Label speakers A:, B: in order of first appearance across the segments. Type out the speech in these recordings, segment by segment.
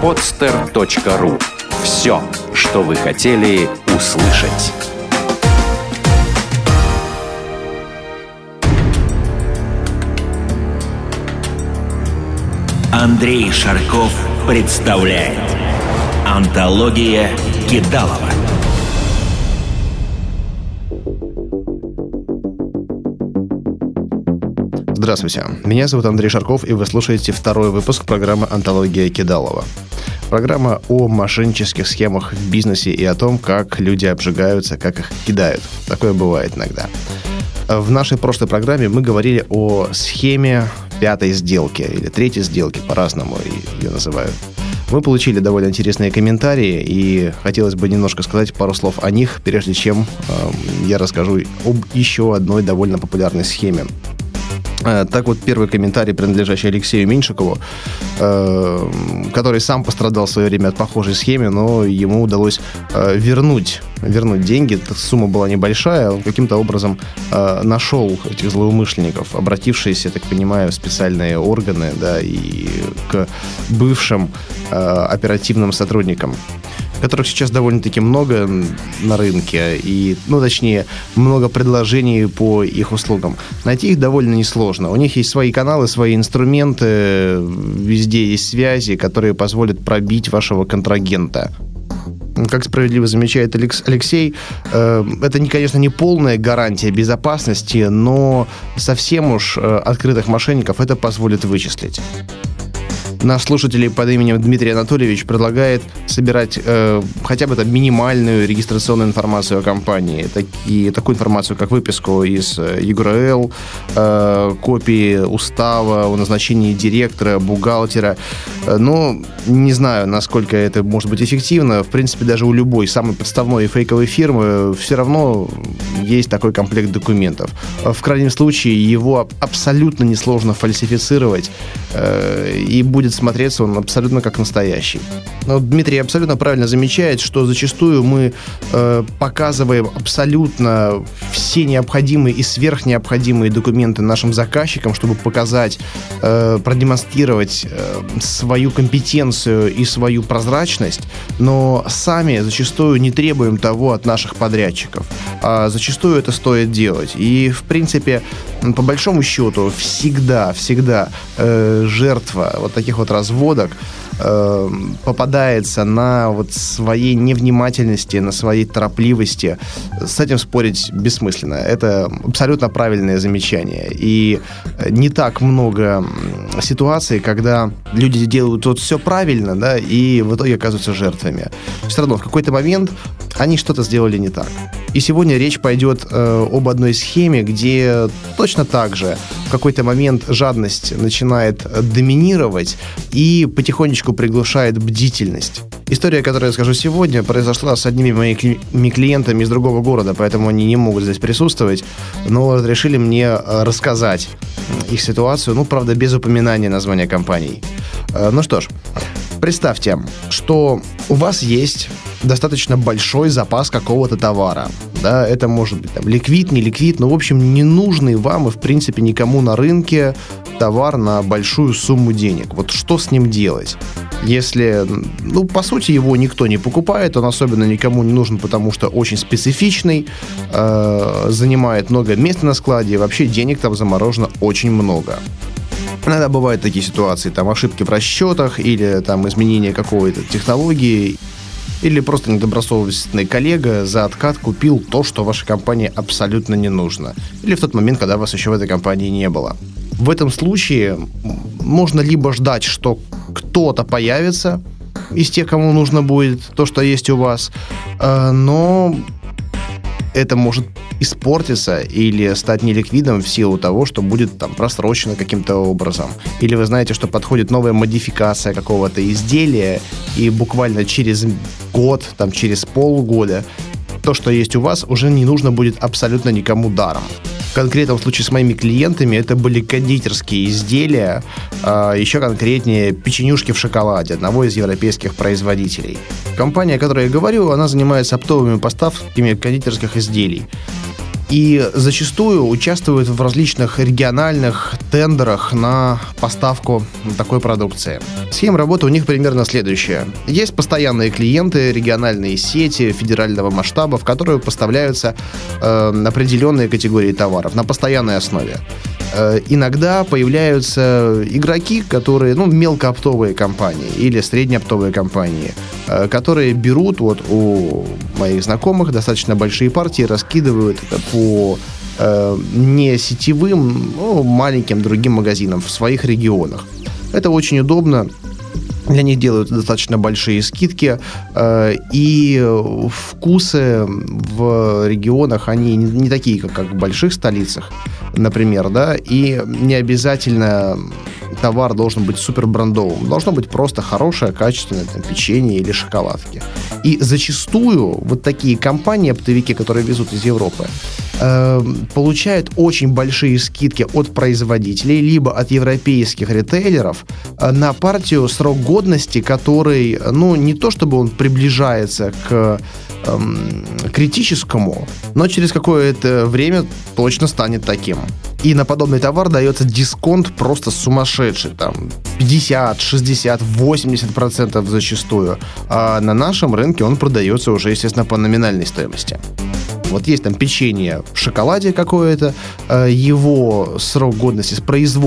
A: podster.ru. Все, что вы хотели услышать.
B: Андрей Шарков представляет «Антология Кидалова».
C: Здравствуйте, меня зовут Андрей Шарков, и вы слушаете второй выпуск программы «Антология Кидалова». Программа о мошеннических схемах в бизнесе и о том, как люди обжигаются, как их кидают. Такое бывает иногда. В нашей прошлой программе мы говорили о схеме пятой сделки, или третьей сделки, по-разному ее называют. Мы получили довольно интересные комментарии, и хотелось бы немножко сказать пару слов о них, прежде чем я расскажу об еще одной довольно популярной схеме. Так вот, первый комментарий, принадлежащий Алексею Меньшикову, который сам пострадал в свое время от похожей схемы, но ему удалось вернуть деньги. Сумма была небольшая, он каким-то образом нашел этих злоумышленников, обратившиеся, я так понимаю, в специальные органы, да, и к бывшим оперативным сотрудникам, которых сейчас довольно-таки много на рынке, и, точнее, много предложений по их услугам. Найти их довольно несложно. У них есть свои каналы, свои инструменты, везде есть связи, которые позволят пробить вашего контрагента. Как справедливо замечает Алексей, это, конечно, не полная гарантия безопасности, но совсем уж открытых мошенников это позволит вычислить. Наш слушатель под именем Дмитрий Анатольевич предлагает собирать хотя бы минимальную регистрационную информацию о компании. Такую информацию, как выписку из ЕГРЛ, копии устава о назначении директора, бухгалтера. Но не знаю, насколько это может быть эффективно. В принципе, даже у любой самой подставной и фейковой фирмы все равно есть такой комплект документов. В крайнем случае, его абсолютно несложно фальсифицировать, и будет смотреться он абсолютно как настоящий. Но Дмитрий абсолютно правильно замечает, что зачастую мы показываем абсолютно все необходимые и сверхнеобходимые документы нашим заказчикам, чтобы показать, продемонстрировать свою компетенцию и свою прозрачность, но сами зачастую не требуем того от наших подрядчиков. А зачастую это стоит делать. И, в принципе, по большому счету, всегда жертва вот таких вот разводок попадается на своей невнимательности, на своей торопливости. С этим спорить бессмысленно. Это абсолютно правильное замечание. И не так много ситуаций, когда люди делают все правильно, да, и в итоге оказываются жертвами. Все равно в какой-то момент они что-то сделали не так. И сегодня речь пойдет об одной схеме, где точно так же в какой-то момент жадность начинает доминировать и потихонечку приглушает бдительность. История, которую я скажу сегодня, произошла с одними моими клиентами из другого города, поэтому они не могут здесь присутствовать, но разрешили мне рассказать их ситуацию, правда, без упоминания названия компаний. Ну что ж, представьте, что у вас есть достаточно большой запас какого-то товара. Да, это может быть ликвид, не ликвид, но, в общем, ненужный вам и, в принципе, никому на рынке товар на большую сумму денег. Вот что с ним делать? Если, по сути, его никто не покупает, он особенно никому не нужен, потому что очень специфичный, занимает много места на складе, и вообще денег там заморожено очень много. Иногда бывают такие ситуации, ошибки в расчетах или изменение какой-то технологии, или просто недобросовестный коллега за откат купил то, что вашей компании абсолютно не нужно. Или в тот момент, когда вас еще в этой компании не было. В этом случае можно либо ждать, что кто-то появится из тех, кому нужно будет то, что есть у вас, но это может испортиться или стать неликвидным в силу того, что будет просрочено каким-то образом. Или вы знаете, что подходит новая модификация какого-то изделия, и буквально через год, через полгода то, что есть у вас, уже не нужно будет абсолютно никому даром. В конкретном случае с моими клиентами это были кондитерские изделия, еще конкретнее печенюшки в шоколаде одного из европейских производителей. Компания, о которой я говорю, она занимается оптовыми поставками кондитерских изделий. и зачастую участвуют в различных региональных тендерах на поставку такой продукции. Схема работы у них примерно следующая. Есть постоянные клиенты, региональные сети федерального масштаба, в которые поставляются определенные категории товаров на постоянной основе. Иногда появляются игроки, которые, мелкооптовые компании или среднеоптовые компании, которые берут у моих знакомых достаточно большие партии, раскидывают это по не сетевым, маленьким другим магазинам в своих регионах. Это очень удобно. Для них делают достаточно большие скидки, и вкусы в регионах, они не такие, как в больших столицах, например, да, и не обязательно товар должен быть супер брендовым. Должно быть просто хорошее, качественное печенье или шоколадки. И зачастую вот такие компании, оптовики, которые везут из Европы, получают очень большие скидки от производителей, либо от европейских ритейлеров на партию, срок годности, который, не то чтобы он приближается к критическому, но через какое-то время точно станет таким. И на подобный товар дается дисконт просто сумасшедший, там 50, 60, 80% зачастую. А на нашем рынке он продается уже, естественно, по номинальной стоимости. Вот есть там печенье в шоколаде какое-то, его срок годности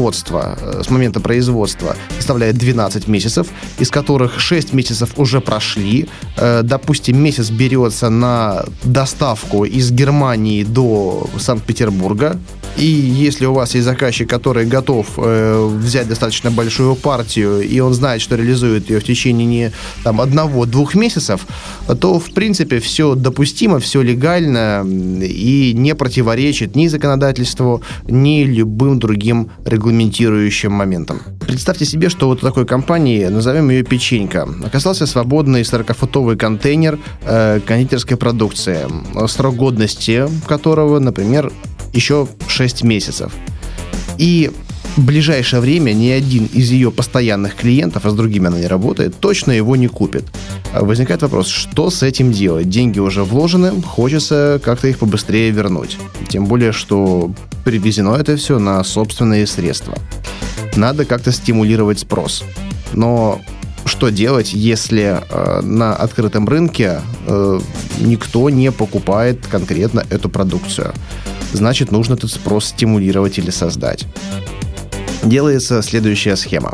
C: с момента производства составляет 12 месяцев, из которых 6 месяцев уже прошли. Допустим, месяц берется на доставку из Германии до Санкт-Петербурга. И если у вас есть заказчик, который готов взять достаточно большую партию, и он знает, что реализует ее в течение одного-двух месяцев, то, в принципе, все допустимо, все легально и не противоречит ни законодательству, ни любым другим регламентирующим моментам. Представьте себе, что вот у такой компании, назовем ее «Печенька», оказался свободный 40-футовый контейнер кондитерской продукции, срок годности которого, например, еще 6 месяцев. И в ближайшее время ни один из ее постоянных клиентов, а с другими она не работает, точно его не купит. Возникает вопрос, что с этим делать? Деньги уже вложены, хочется как-то их побыстрее вернуть. Тем более, что привезено это все на собственные средства. Надо как-то стимулировать спрос. Но что делать, если на открытом рынке никто не покупает конкретно эту продукцию? Значит, нужно этот спрос стимулировать или создать. Делается следующая схема.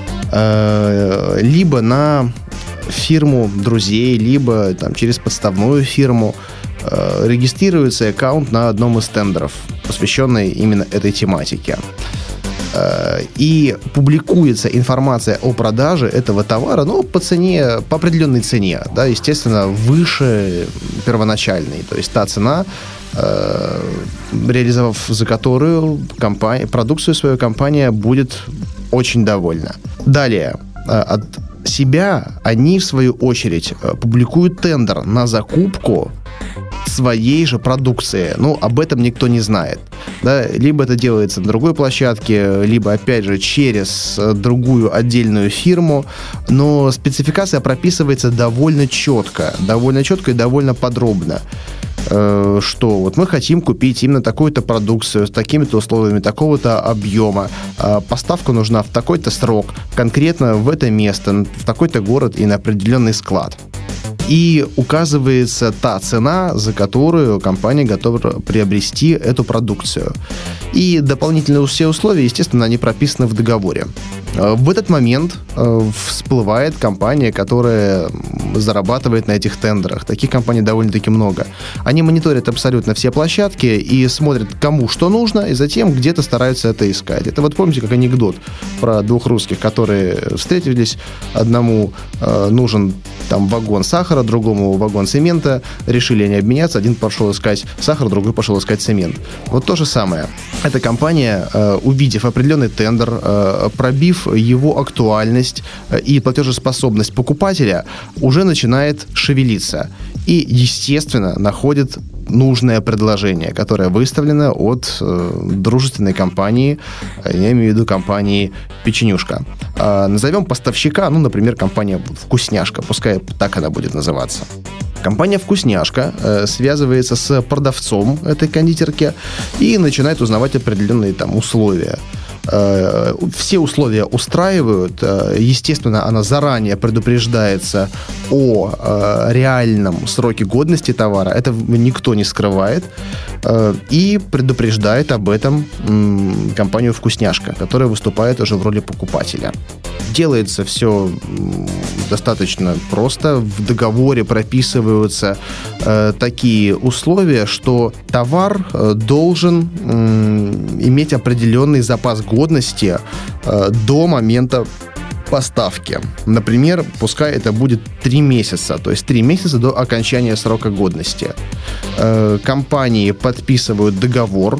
C: Либо на фирму друзей, либо через подставную фирму регистрируется аккаунт на одном из тендеров, посвященный именно этой тематике. И публикуется информация о продаже этого товара, по цене, по определенной цене, да, естественно, выше первоначальной. То есть та цена, реализовав за которую продукцию свою компания будет очень довольна. Далее, от себя они, в свою очередь, публикуют тендер на закупку своей же продукции. Об этом никто не знает. Да? Либо это делается на другой площадке, либо, опять же, через другую отдельную фирму. Но спецификация прописывается довольно четко и довольно подробно. Что вот мы хотим купить именно такую-то продукцию с такими-то условиями, такого-то объема. Поставка нужна в такой-то срок, конкретно в это место, в такой-то город и на определенный склад. И указывается та цена, за которую компания готова приобрести эту продукцию. И дополнительные все условия, естественно, они прописаны в договоре. В этот момент всплывает компания, которая зарабатывает на этих тендерах. Таких компаний довольно-таки много. Они мониторят абсолютно все площадки и смотрят, кому что нужно, и затем где-то стараются это искать. Это вот помните, как анекдот про двух русских, которые встретились. Одному нужен вагон сахара, другому вагон цемента. Решили они обменяться. Один пошел искать сахар, другой пошел искать цемент. Вот то же самое. Эта компания, увидев определенный тендер, пробив его актуальность и платежеспособность покупателя, уже начинает шевелиться. И, естественно, находит нужное предложение, которое выставлено от дружественной компании, я имею в виду компании «Печенюшка». Назовем поставщика, например, компания «Вкусняшка», пускай так она будет называться. Компания «Вкусняшка» связывается с продавцом этой кондитерки и начинает узнавать определенные там условия. Все условия устраивают. Естественно, она заранее предупреждается о реальном сроке годности товара. Это никто не скрывает. И предупреждает об этом компанию «Вкусняшка», которая выступает уже в роли покупателя. Делается все достаточно просто. В договоре прописываются такие условия, что товар должен иметь определенный запас годности до момента поставки. Например, пускай это будет 3 месяца, то есть 3 месяца до окончания срока годности. Компании подписывают договор,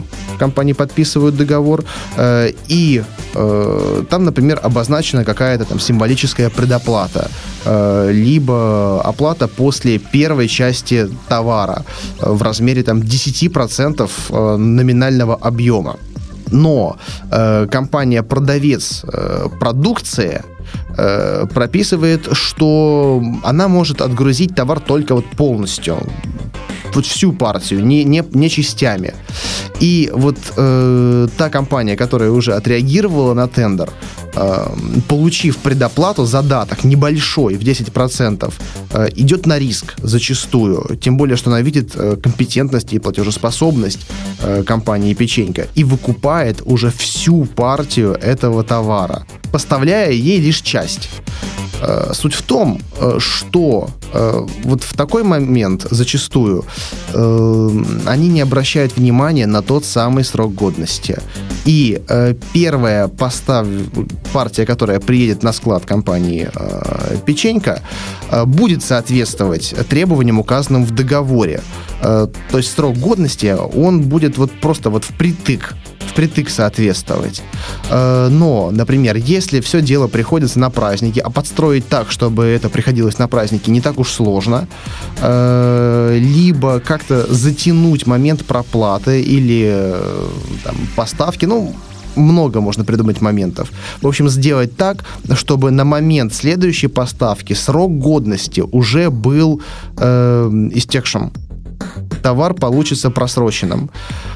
C: и там, например, обозначена какая-то там символическая предоплата, либо оплата после первой части товара в размере там 10% номинального объема. Но компания-продавец продукции прописывает, что она может отгрузить товар только вот полностью, вот всю партию, не частями. И вот та компания, которая уже отреагировала на тендер, получив предоплату, задаток небольшой, в 10%, идет на риск зачастую. Тем более, что она видит компетентность и платежеспособность компании «Печенька» и выкупает уже всю партию этого товара, поставляя ей лишь часть. Суть в том, что вот в такой момент зачастую они не обращают внимания на тот самый срок годности. И первая партия, которая приедет на склад компании «Печенька», будет соответствовать требованиям, указанным в договоре. То есть срок годности, он будет вот просто вот впритык соответствовать. Но, например, если все дело приходится на праздники, а подстроить так, чтобы это приходилось на праздники, не так уж сложно, либо как-то затянуть момент проплаты или там, поставки, много можно придумать моментов. В общем, сделать так, чтобы на момент следующей поставки срок годности уже был истекшим. Товар получится просроченным.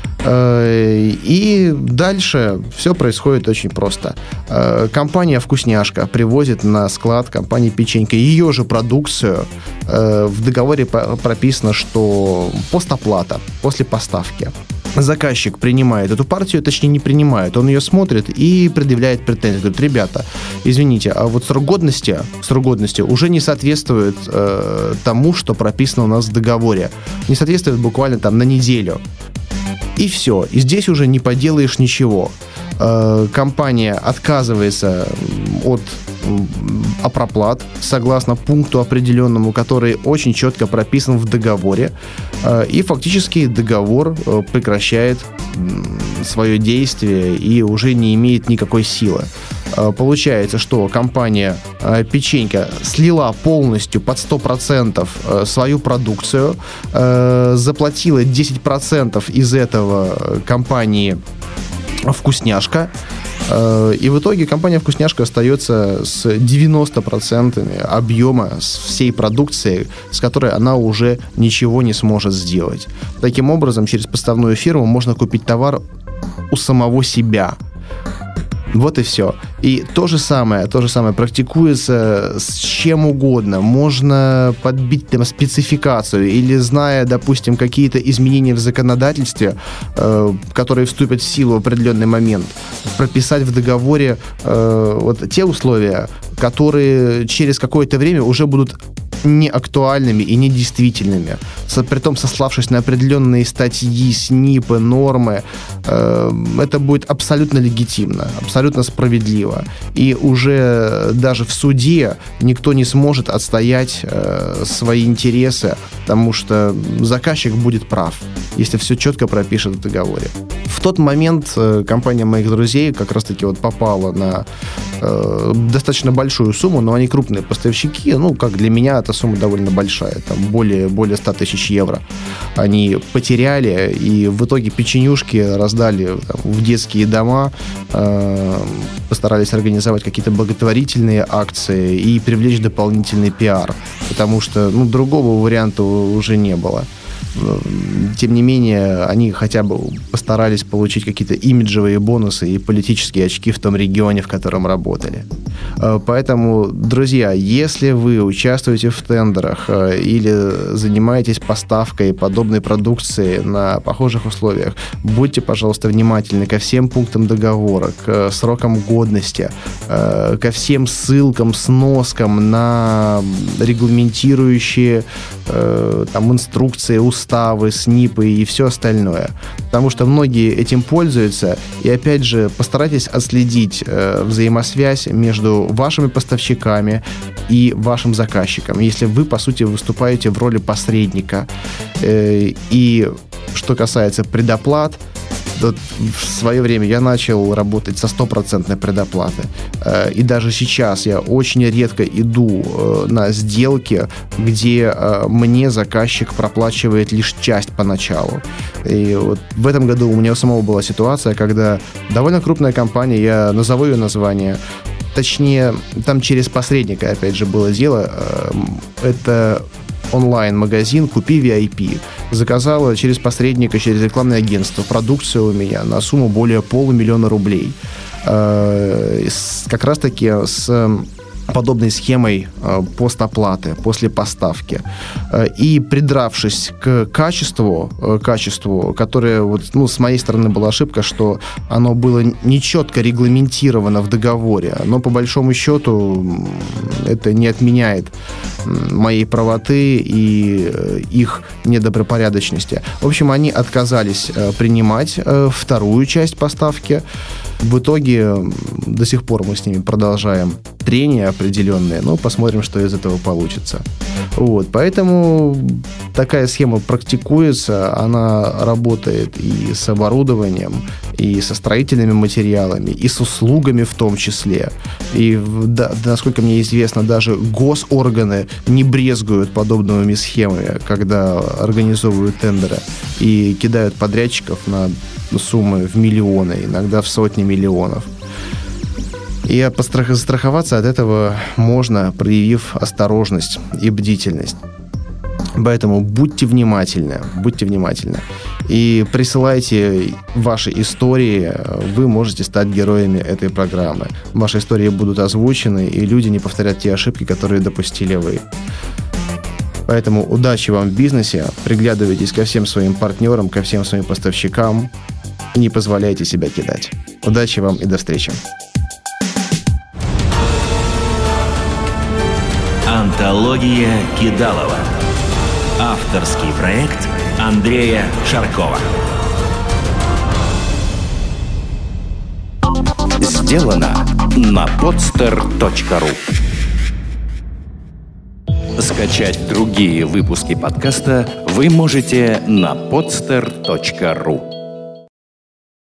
C: И дальше все происходит очень просто. Компания «Вкусняшка» привозит на склад компании «Печенька» ее же продукцию. В договоре прописано, что постоплата после поставки. Заказчик принимает эту партию, точнее не принимает, он ее смотрит и предъявляет претензии. Говорит: ребята, извините, а вот срок годности уже не соответствует тому, что прописано у нас в договоре. Не соответствует буквально там на неделю. И все. И здесь уже не поделаешь ничего. Компания отказывается от проплат согласно пункту определенному, который очень четко прописан в договоре. И фактически договор прекращает свое действие и уже не имеет никакой силы. Получается, что компания «Печенька» слила полностью под 100% свою продукцию, заплатила 10% из этого компании «Вкусняшка», и в итоге компания «Вкусняшка» остается с 90% объема всей продукции, с которой она уже ничего не сможет сделать. Таким образом, через поставную фирму можно купить товар у самого себя. Вот и все. И то же самое практикуется с чем угодно. Можно подбить там спецификацию или, зная, допустим, какие-то изменения в законодательстве, которые вступят в силу в определенный момент, прописать в договоре вот те условия, которые через какое-то время уже будут неактуальными и недействительными. Притом, сославшись на определенные статьи, СНИПы, нормы, это будет абсолютно легитимно, абсолютно справедливо. И уже даже в суде никто не сможет отстоять свои интересы, потому что заказчик будет прав, если все четко пропишет в договоре. В тот момент компания моих друзей как раз-таки вот попала на достаточно большую сумму, но они крупные поставщики, как для меня эта сумма довольно большая, там более 100 тысяч евро они потеряли, и в итоге печенюшки раздали в детские дома, постарались организовать какие-то благотворительные акции и привлечь дополнительный пиар. потому что другого варианта уже не было. Тем не менее, они хотя бы постарались получить какие-то имиджевые бонусы и политические очки в том регионе, в котором работали. Поэтому, друзья, если вы участвуете в тендерах или занимаетесь поставкой подобной продукции на похожих условиях, будьте, пожалуйста, внимательны ко всем пунктам договора, к срокам годности, ко всем ссылкам, сноскам на регламентирующие инструкции, уставы, СНИПы и все остальное. Потому что многие этим пользуются. И опять же, постарайтесь отследить взаимосвязь между вашими поставщиками и вашим заказчиком. Если вы, по сути, выступаете в роли посредника. И что касается предоплат, в свое время я начал работать со 100% предоплаты. И даже сейчас я очень редко иду на сделки, где мне заказчик проплачивает лишь часть поначалу. И вот в этом году у меня у самого была ситуация, когда довольно крупная компания, я назову ее название, точнее, там через посредника, опять же, было дело. Это онлайн-магазин «Купи VIP». Заказала через посредника, через рекламное агентство продукцию у меня на сумму более $500 000 рублей. Как раз-таки с подобной схемой постоплаты после поставки. И придравшись к качеству, которое с моей стороны была ошибка, что оно было нечетко регламентировано в договоре, но по большому счету это не отменяет моей правоты и их недобропорядочности. В общем, они отказались принимать вторую часть поставки. В итоге до сих пор мы с ними продолжаем трения определенные, но посмотрим, что из этого получится. Поэтому такая схема практикуется, она работает и с оборудованием, и со строительными материалами, и с услугами в том числе. И, насколько мне известно, даже госорганы не брезгуют подобными схемами, когда организовывают тендеры и кидают подрядчиков на суммы в миллионы, иногда в сотни миллионов. И застраховаться от этого можно, проявив осторожность и бдительность. Поэтому будьте внимательны. И присылайте ваши истории. Вы можете стать героями этой программы. Ваши истории будут озвучены, и люди не повторят те ошибки, которые допустили вы. Поэтому удачи вам в бизнесе. Приглядывайтесь ко всем своим партнерам, ко всем своим поставщикам. И не позволяйте себя кидать. Удачи вам и до встречи.
B: Антология Кидалова. Авторский проект Андрея Шаркова.
A: Сделано на podster.ru. Скачать другие выпуски подкаста вы можете на podster.ru.